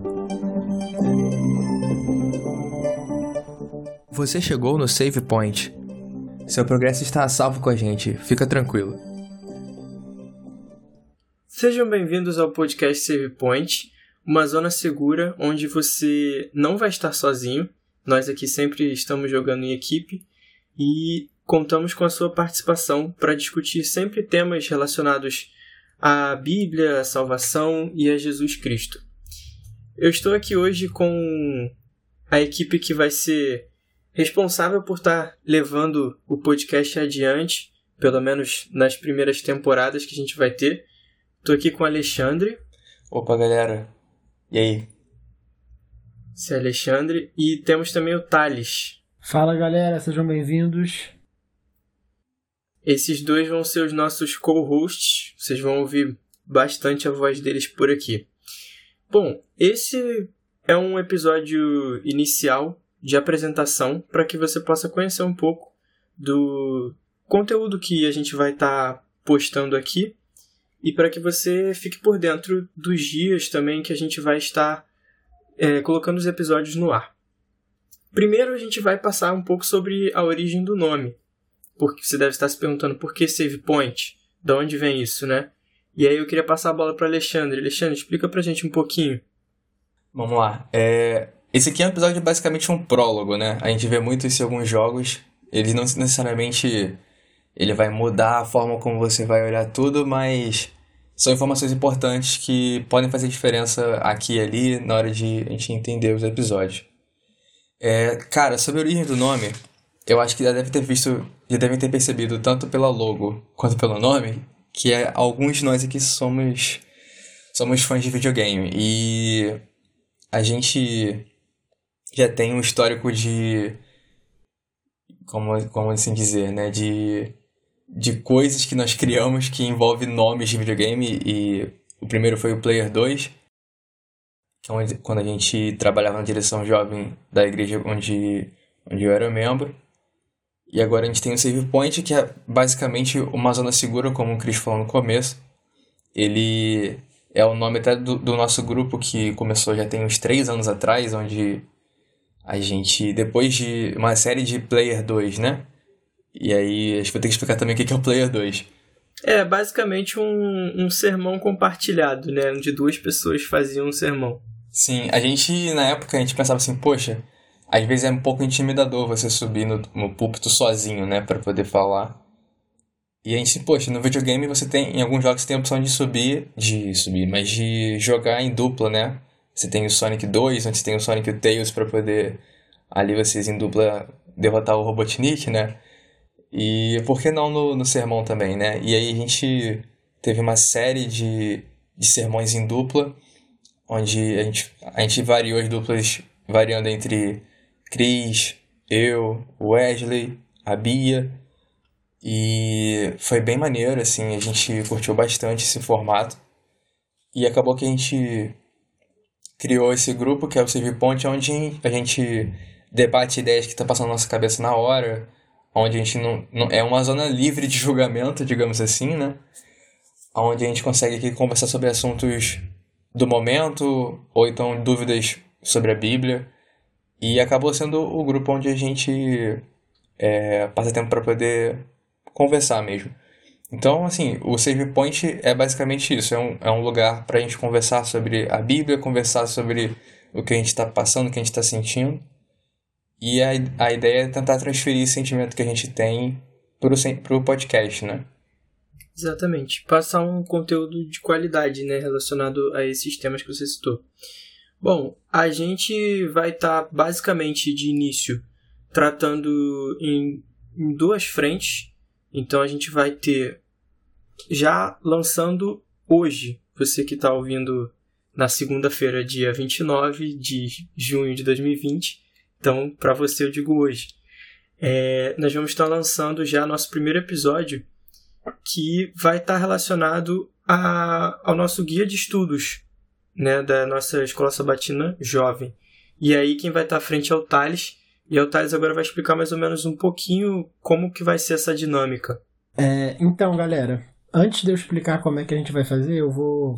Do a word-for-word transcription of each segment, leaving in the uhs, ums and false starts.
Você chegou no Save Point. Seu progresso está a salvo com a gente, fica tranquilo. Sejam bem-vindos ao podcast Save Point, uma zona segura onde você não vai estar sozinho. Nós aqui sempre estamos jogando em equipe e contamos com a sua participação para discutir sempre temas relacionados à Bíblia, à salvação e a Jesus Cristo. Eu estou aqui hoje com a equipe que vai ser responsável por estar levando o podcast adiante, pelo menos nas primeiras temporadas que a gente vai ter. Estou aqui com o Alexandre. Opa, galera. E aí? Esse é Alexandre. E temos também o Thales. Fala, galera. Sejam bem-vindos. Esses dois vão ser os nossos co-hosts. Vocês vão ouvir bastante a voz deles por aqui. Bom, esse é um episódio inicial de apresentação para que você possa conhecer um pouco do conteúdo que a gente vai estar tá postando aqui e para que você fique por dentro dos dias também que a gente vai estar é, colocando os episódios no ar. Primeiro a gente vai passar um pouco sobre a origem do nome, porque você deve estar se perguntando por que Save Point, de onde vem isso, né? E aí eu queria passar a bola para Alexandre. Alexandre, explica pra gente um pouquinho. Vamos lá. É... Esse aqui é um episódio basicamente um prólogo, né? A gente vê muito isso em alguns jogos. Ele não necessariamente ele vai mudar a forma como você vai olhar tudo, mas são informações importantes que podem fazer diferença aqui e ali na hora de a gente entender os episódios. É... Cara, sobre a origem do nome, eu acho que já deve ter visto, já devem ter percebido tanto pela logo quanto pelo nome, que é, alguns de nós aqui somos, somos fãs de videogame. E a gente já tem um histórico de, como, como assim dizer, né, de, de coisas que nós criamos que envolvem nomes de videogame, e o primeiro foi o Player dois, que é onde, quando a gente trabalhava na direção jovem da igreja onde, onde eu era membro, e agora a gente tem o Save Point, que é basicamente uma zona segura, como o Chris falou no começo. Ele é o nome até do, do nosso grupo, que começou já tem uns três anos atrás, onde a gente, depois de uma série de Player dois, né? E aí, acho que vou ter que explicar também o que é o Player dois. É, basicamente um, um sermão compartilhado, né? Onde duas pessoas faziam um sermão. Sim, a gente, na época, a gente pensava assim, poxa, às vezes é um pouco intimidador você subir no, no púlpito sozinho, né? Pra poder falar. E a gente, poxa, no videogame você tem, em alguns jogos você tem a opção de subir, de subir, mas de jogar em dupla, né? Você tem o Sonic dois, onde você tem o Sonic e o Tails pra poder, ali vocês em dupla, derrotar o Robotnik, né? E por que não no, no sermão também, né? E aí a gente teve uma série de, de sermões em dupla, onde a gente, a gente variou as duplas, variando entre Chris, eu, o Wesley, a Bia, e foi bem maneiro, assim, a gente curtiu bastante esse formato, e acabou que a gente criou esse grupo, que é o Save Point, onde a gente debate ideias que estão passando na nossa cabeça na hora, onde a gente não, não... é uma zona livre de julgamento, digamos assim, né? Onde a gente consegue aqui conversar sobre assuntos do momento, ou então dúvidas sobre a Bíblia, e acabou sendo o grupo onde a gente é, passa tempo para poder conversar mesmo. Então, assim, o Save Point é basicamente isso. É um, é um lugar para a gente conversar sobre a Bíblia, conversar sobre o que a gente está passando, o que a gente está sentindo. E a, a ideia é tentar transferir esse sentimento que a gente tem para o podcast, né? Exatamente. Passar um conteúdo de qualidade, né, relacionado a esses temas que você citou. Bom, a gente vai estar tá, basicamente de início tratando em, em duas frentes. Então a gente vai ter já lançando hoje, você que está ouvindo na segunda-feira, dia vinte e nove de junho de dois mil e vinte. Então, para você eu digo hoje. É, nós vamos estar lançando já nosso primeiro episódio, que vai estar relacionado a, ao nosso guia de estudos, né, da nossa Escola Sabatina Jovem. E aí quem vai estar à frente é o Thales, e o Thales agora vai explicar mais ou menos um pouquinho como que vai ser essa dinâmica. É, então, galera, antes de eu explicar como é que a gente vai fazer, eu vou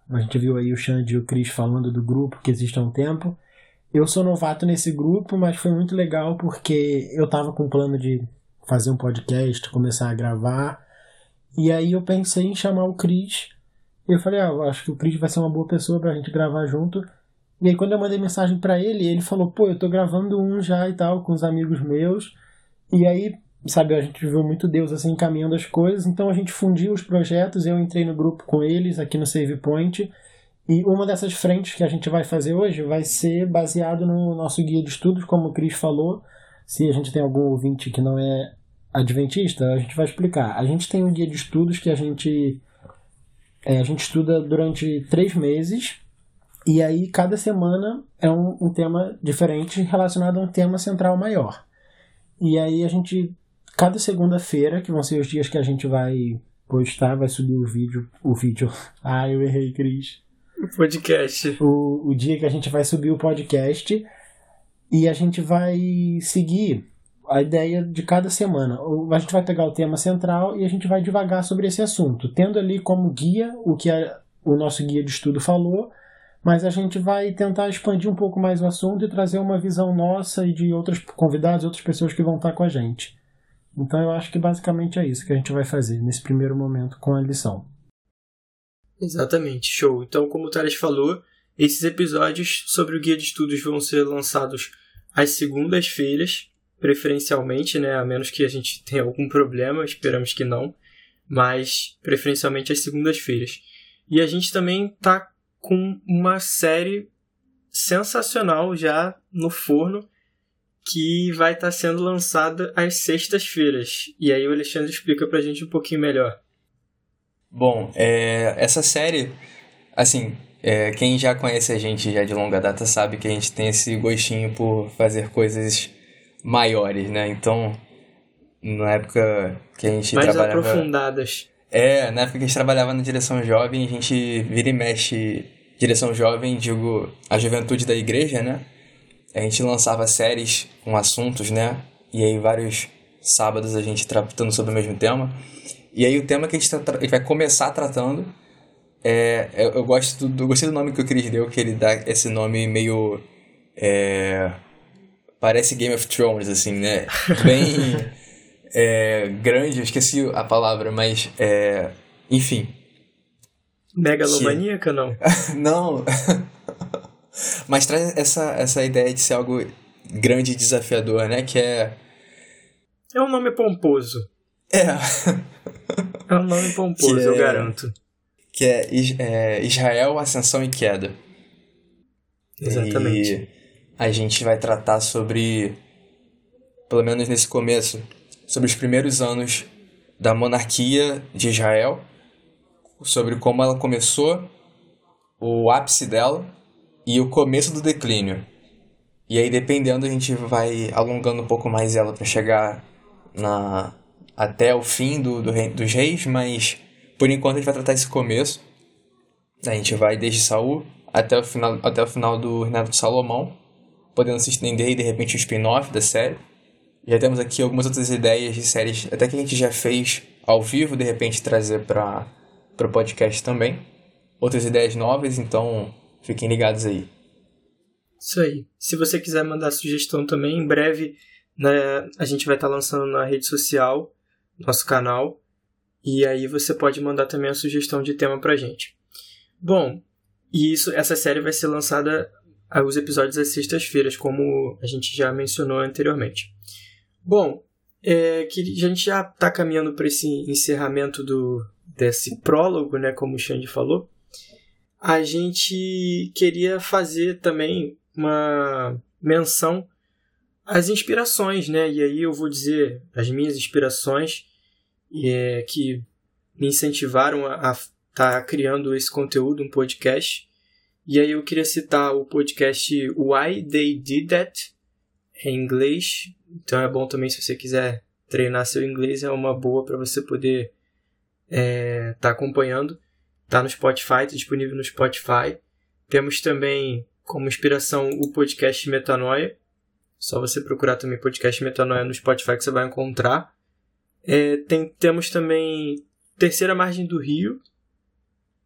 A gente viu aí o Xande e o Cris falando do grupo que existe há um tempo. Eu sou novato nesse grupo, mas foi muito legal porque eu tava com o plano de fazer um podcast, começar a gravar. E aí eu pensei em chamar o Cris. Eu falei, ah, eu acho que o Cris vai ser uma boa pessoa pra gente gravar junto. E aí quando eu mandei mensagem pra ele, ele falou, pô, eu tô gravando um já e tal, com os amigos meus. E aí, sabe, a gente viu muito Deus assim encaminhando as coisas. Então a gente fundiu os projetos, eu entrei no grupo com eles aqui no Save Point. E uma dessas frentes que a gente vai fazer hoje vai ser baseado no nosso guia de estudos, como o Cris falou. Se a gente tem algum ouvinte que não é adventista, a gente vai explicar. A gente tem um guia de estudos que a gente, é, a gente estuda durante três meses. E aí cada semana é um, um tema diferente relacionado a um tema central maior. E aí a gente, cada segunda-feira, que vão ser os dias que a gente vai postar, vai subir o vídeo. O vídeo. Ah, eu errei, Cris. O podcast. O, o dia que a gente vai subir o podcast e a gente vai seguir a ideia de cada semana. A gente vai pegar o tema central e a gente vai divagar sobre esse assunto, tendo ali como guia o que a, o nosso guia de estudo falou, mas a gente vai tentar expandir um pouco mais o assunto e trazer uma visão nossa e de outros convidados, outras pessoas que vão estar com a gente. Então eu acho que basicamente é isso que a gente vai fazer nesse primeiro momento com a lição. Exatamente, show. Então, como o Thales falou, esses episódios sobre o guia de estudos vão ser lançados às segundas-feiras, preferencialmente, né? A menos que a gente tenha algum problema, esperamos que não, mas preferencialmente às segundas-feiras. E a gente também tá com uma série sensacional já no forno, que vai estar sendo lançada às sextas-feiras. E aí o Alexandre explica pra gente um pouquinho melhor. Bom, é, essa série, assim, é, quem já conhece a gente já de longa data sabe que a gente tem esse gostinho por fazer coisas maiores, né? Então, na época que a gente mais trabalhava... Mais aprofundadas. É, na época que a gente trabalhava na Direção Jovem, a gente vira e mexe... Direção Jovem, digo, a juventude da igreja, né? A gente lançava séries com assuntos, né? E aí vários sábados a gente tratando sobre o mesmo tema. E aí o tema que a gente tá, vai começar tratando é... Eu, eu, gosto do, eu gostei do nome que o Cris deu, que ele dá esse nome meio... É, parece Game of Thrones, assim, né? Bem é, grande, eu esqueci a palavra, mas... É, enfim. Megalomaníaca, não? Não. Mas traz essa, essa ideia de ser algo grande e desafiador, né? Que é... É um nome pomposo. É. É um nome pomposo, que eu é, garanto. Que é, é Israel, Ascensão e Queda. Exatamente. E a gente vai tratar sobre, pelo menos nesse começo, sobre os primeiros anos da monarquia de Israel, sobre como ela começou, o ápice dela e o começo do declínio. E aí, dependendo, a gente vai alongando um pouco mais ela para chegar na, até o fim do, do rei, dos reis, mas por enquanto a gente vai tratar esse começo. A gente vai desde Saul até o final, até o final do reinado de Salomão, podendo se estender e de repente um spin-off da série. Já temos aqui algumas outras ideias de séries, até que a gente já fez ao vivo, de repente trazer para o podcast também. Outras ideias novas, então fiquem ligados aí. Isso aí. Se você quiser mandar sugestão também, em breve, né, a gente vai estar lançando na rede social, nosso canal, e aí você pode mandar também a sugestão de tema pra gente. Bom, e isso, essa série vai ser lançada, os episódios às sextas-feiras, como a gente já mencionou anteriormente. Bom, é, que a gente já está caminhando para esse encerramento do, desse prólogo, né, como o Xande falou. A gente queria fazer também uma menção às inspirações, né? E aí eu vou dizer as minhas inspirações é, que me incentivaram a estar tá criando esse conteúdo, um podcast. E aí eu queria citar o podcast Why They Did That, em inglês. Então é bom também, se você quiser treinar seu inglês, é uma boa para você poder estar é, tá acompanhando. Está no Spotify, está disponível no Spotify. Temos também como inspiração o podcast Metanoia. Só você procurar também podcast Metanoia no Spotify que você vai encontrar. É, tem, temos também Terceira Margem do Rio.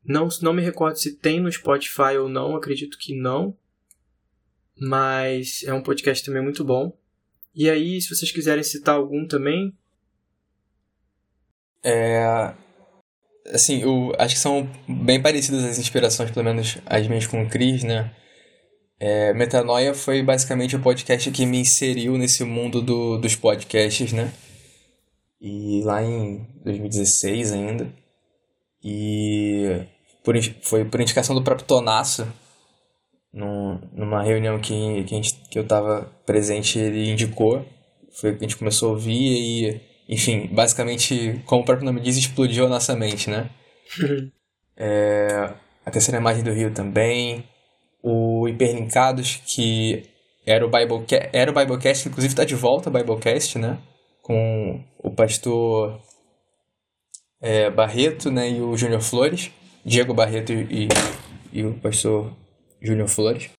Não, não me recordo se tem no Spotify ou não, acredito que não. Mas é um podcast também muito bom. E aí, se vocês quiserem citar algum também... É... Assim, eu acho que são bem parecidas as inspirações, pelo menos as minhas com o Chris, né? É, Metanoia foi basicamente o podcast que me inseriu nesse mundo do, dos podcasts, né? E lá em dois mil e dezesseis ainda. E por, foi por indicação do próprio Tonasso, num, numa reunião que, que, a gente, que eu estava presente, ele indicou. Foi que a gente começou a ouvir e, enfim, basicamente, como o próprio nome diz, explodiu a nossa mente, né? é, a Terceira Imagem do Rio também. O Hiperlinkados, que era o Biblecast, era o Biblecast, que inclusive está de volta, o Biblecast, né? Com o pastor é, Barreto, né? E o Júnior Flores. Diego Barreto e, e o pastor Júnior Flores.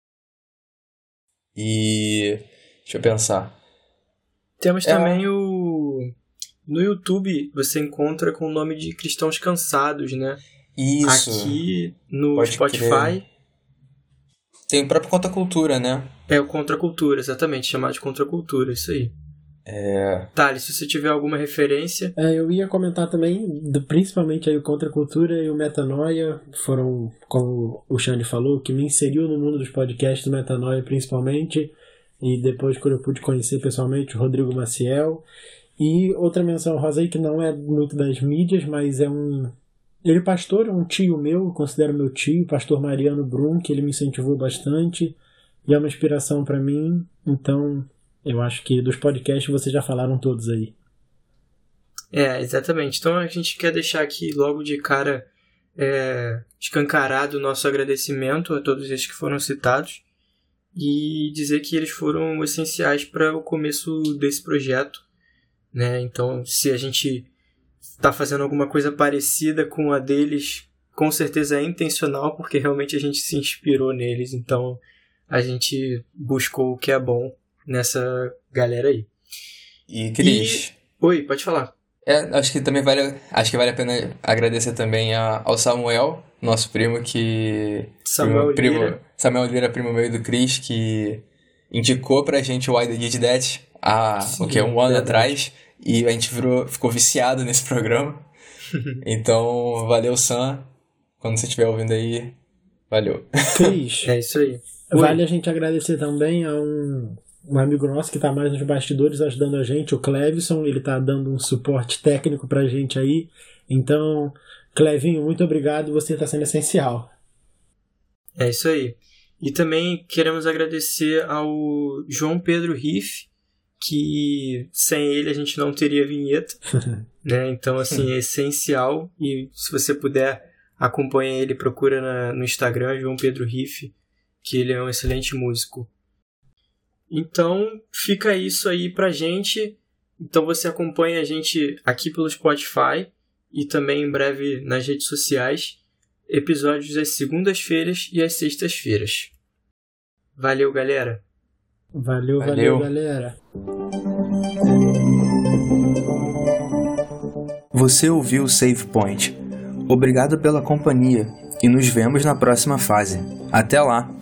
E... deixa eu pensar. Temos é, também o... No YouTube você encontra com o nome de Cristãos Cansados, né? Isso. Aqui no Pode Spotify... crer. Tem o próprio Contracultura, né? É o Contracultura, exatamente. Chamado de Contracultura, isso aí. É... Thales, se você tiver alguma referência... É, eu ia comentar também, do, principalmente aí o Contracultura e o Metanoia, foram, como o Xande falou, que me inseriu no mundo dos podcasts do Metanoia principalmente, e depois quando eu pude conhecer pessoalmente o Rodrigo Maciel. E outra menção rosa aí, que não é muito das mídias, mas é um... Ele pastor, é um tio meu, eu considero meu tio, pastor Mariano Brum, que ele me incentivou bastante, e é uma inspiração para mim, então... Eu acho que dos podcasts vocês já falaram todos aí. É, exatamente. Então a gente quer deixar aqui logo de cara é, escancarado o nosso agradecimento a todos esses que foram citados e dizer que eles foram essenciais para o começo desse projeto, né? Então, se a gente está fazendo alguma coisa parecida com a deles, com certeza é intencional, porque realmente a gente se inspirou neles. Então, a gente buscou o que é bom nessa galera aí. E Cris... E... Oi, pode falar. É, acho que também vale, acho que vale a pena agradecer também a, ao Samuel, nosso primo, que... Samuel primo, Lira. Primo, Samuel Lira, primo meu e do Cris, que indicou pra gente o Why The Did That há, Sim, o que, um ano verdade. atrás, e a gente virou, ficou viciado nesse programa. Então, valeu, Sam. Quando você estiver ouvindo aí, valeu. Cris, é isso aí. Vale Oi. a gente agradecer também a um... um amigo nosso que está mais nos bastidores ajudando a gente, o Clevison, ele está dando um suporte técnico pra gente aí. Então, Clevinho, muito obrigado, você está sendo essencial. É isso aí. E também queremos agradecer ao João Pedro Riff, que sem ele a gente não teria vinheta, né? Então, assim, é essencial. E se você puder, acompanha ele, procura na, no Instagram, João Pedro Riff, que ele é um excelente músico. Então, fica isso aí pra gente. Então, você acompanha a gente aqui pelo Spotify e também em breve nas redes sociais. Episódios às segundas-feiras e às sextas-feiras. Valeu, galera. Valeu, valeu, valeu, galera. Você ouviu o Save Point. Obrigado pela companhia e nos vemos na próxima fase. Até lá!